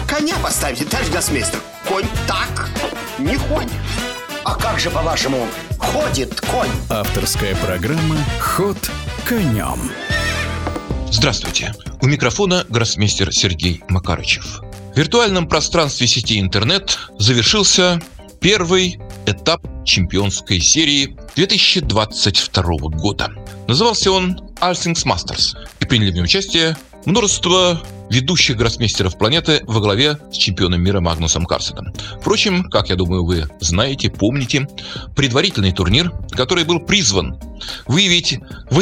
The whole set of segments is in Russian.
коня поставите, товарищ гроссмейстер. Конь так не ходит. А как же, по-вашему, ходит конь? Авторская программа «Ход конем». Здравствуйте. У микрофона гроссмейстер Сергей Макарычев. В виртуальном пространстве сети интернет завершился первый этап чемпионской серии 2022 года. Назывался он All Things Masters, и приняли в нем участие множество ведущих гроссмейстеров планеты во главе с чемпионом мира Магнусом Карлсеном. Впрочем, как я думаю, вы знаете, помните, предварительный турнир, который был призван выявить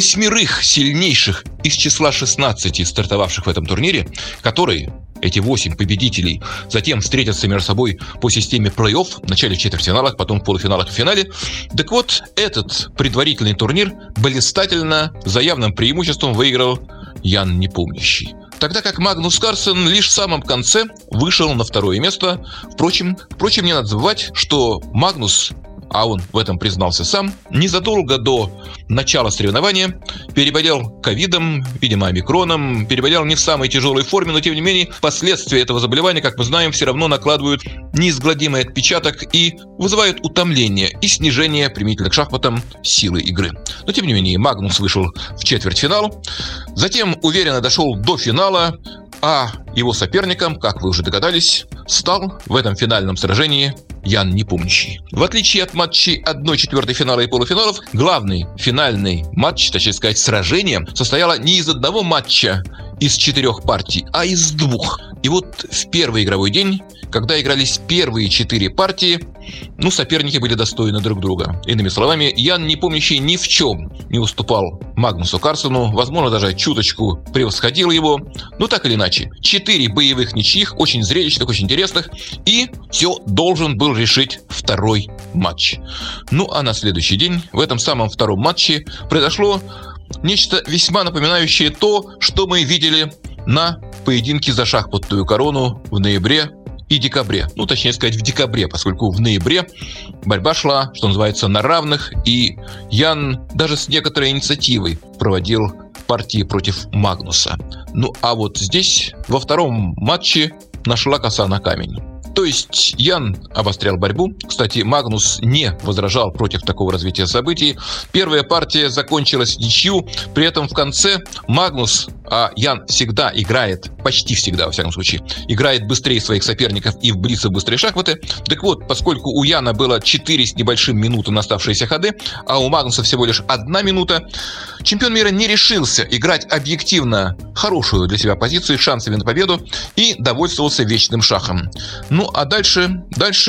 8 сильнейших из числа 16 стартовавших в этом турнире, которые, эти 8 победителей, затем встретятся между собой по системе плей-офф, вначале в четвертьфиналах, потом в полуфиналах и финале. Так вот, этот предварительный турнир блистательно, за явным преимуществом выиграл Ян Непомнящий. Тогда как Магнус Карлсен лишь в самом конце вышел на второе место. Впрочем, не надо забывать, что Магнус, а он в этом признался сам, незадолго до начала соревнования переболел ковидом, видимо, омикроном, переболел не в самой тяжелой форме, но тем не менее последствия этого заболевания, как мы знаем, все равно накладывают неизгладимый отпечаток и вызывают утомление и снижение применительно к шахматам силы игры. Но тем не менее Магнус вышел в четвертьфинал, затем уверенно дошел до финала, а его соперником, как вы уже догадались, стал в этом финальном сражении Ян Непомнящий. В отличие от матчей 1/4 финала и полуфиналов, главный финальный матч, точнее сказать, сражение, состояло не из одного матча из 4 партий, а из 2. И вот в первый игровой день, когда игрались первые 4 партии, соперники были достойны друг друга. Иными словами, Ян Непомнящий ни в чем не уступал Магнусу Карлсену, возможно, даже чуточку превосходил его. Но так или иначе, 4 боевых ничьих, очень зрелищных, очень интересных, и все должен был решить второй матч. А на следующий день, в этом самом втором матче, произошло нечто весьма напоминающее то, что мы видели на поединке за шахматную корону в ноябре и декабре. Точнее сказать, в декабре, поскольку в ноябре борьба шла, что называется, на равных, и Ян даже с некоторой инициативой проводил партии против Магнуса. А вот здесь, во втором матче, нашла коса на камень. То есть Ян обострял борьбу. Кстати, Магнус не возражал против такого развития событий. Первая партия закончилась в ничью. При этом в конце Магнус, а Ян всегда играет, почти всегда, во всяком случае, играет быстрее своих соперников и в блиц, и в быстрые шахматы. Так вот, поскольку у Яна было 4 с небольшим минуты на оставшиеся ходы, а у Магнуса всего лишь 1 минута, чемпион мира не решился играть объективно хорошую для себя позицию с шансами на победу и довольствовался вечным шахом. А дальше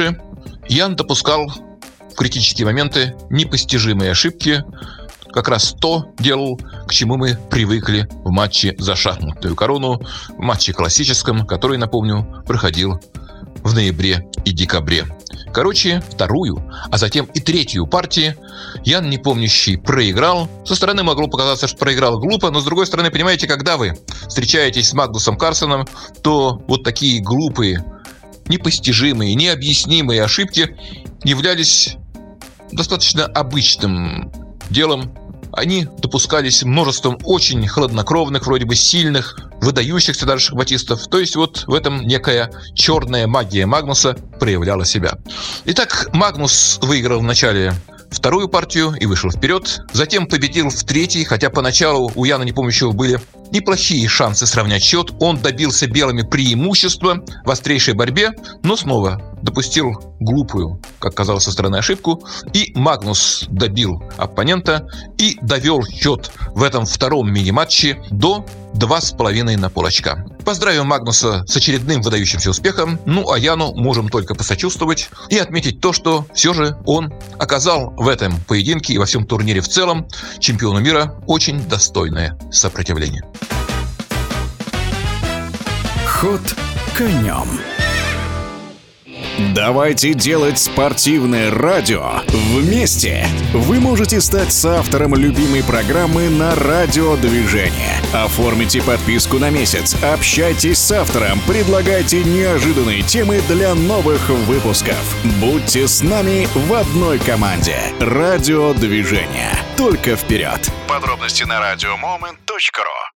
Ян допускал в критические моменты непостижимые ошибки. Как раз то делал, к чему мы привыкли в матче за шахматную корону, в матче классическом, который, напомню, проходил в ноябре и декабре. Короче, вторую, а затем и третью партии Ян Непомнящий проиграл. Со стороны могло показаться, что проиграл глупо, но с другой стороны, понимаете, когда вы встречаетесь с Магнусом Карлсеном, то вот такие глупые, непостижимые, необъяснимые ошибки являлись достаточно обычным делом. Они допускались множеством очень хладнокровных, вроде бы сильных, выдающихся даже шахматистов. То есть вот в этом некая черная магия Магнуса проявляла себя. Итак, Магнус выиграл в начале вторую партию и вышел вперед. Затем победил в третьей, хотя поначалу у Яна Непомнящего были неплохие шансы сравнять счет. Он добился белыми преимущества в острейшей борьбе, но снова допустил глупую, как казалось со стороны, ошибку. И Магнус добил оппонента и довел счет в этом втором мини-матче до 2,5 на полочка. Поздравим Магнуса с очередным выдающимся успехом. А Яну можем только посочувствовать и отметить то, что все же он оказал в этом поединке и во всем турнире в целом чемпиону мира очень достойное сопротивление. Ход конем. Давайте делать спортивное радио вместе. Вы можете стать соавтором любимой программы на радиодвижение. Оформите подписку на месяц, общайтесь с автором, предлагайте неожиданные темы для новых выпусков. Будьте с нами в одной команде. Радиодвижение. Только вперед. Подробности на radiomoment.ru.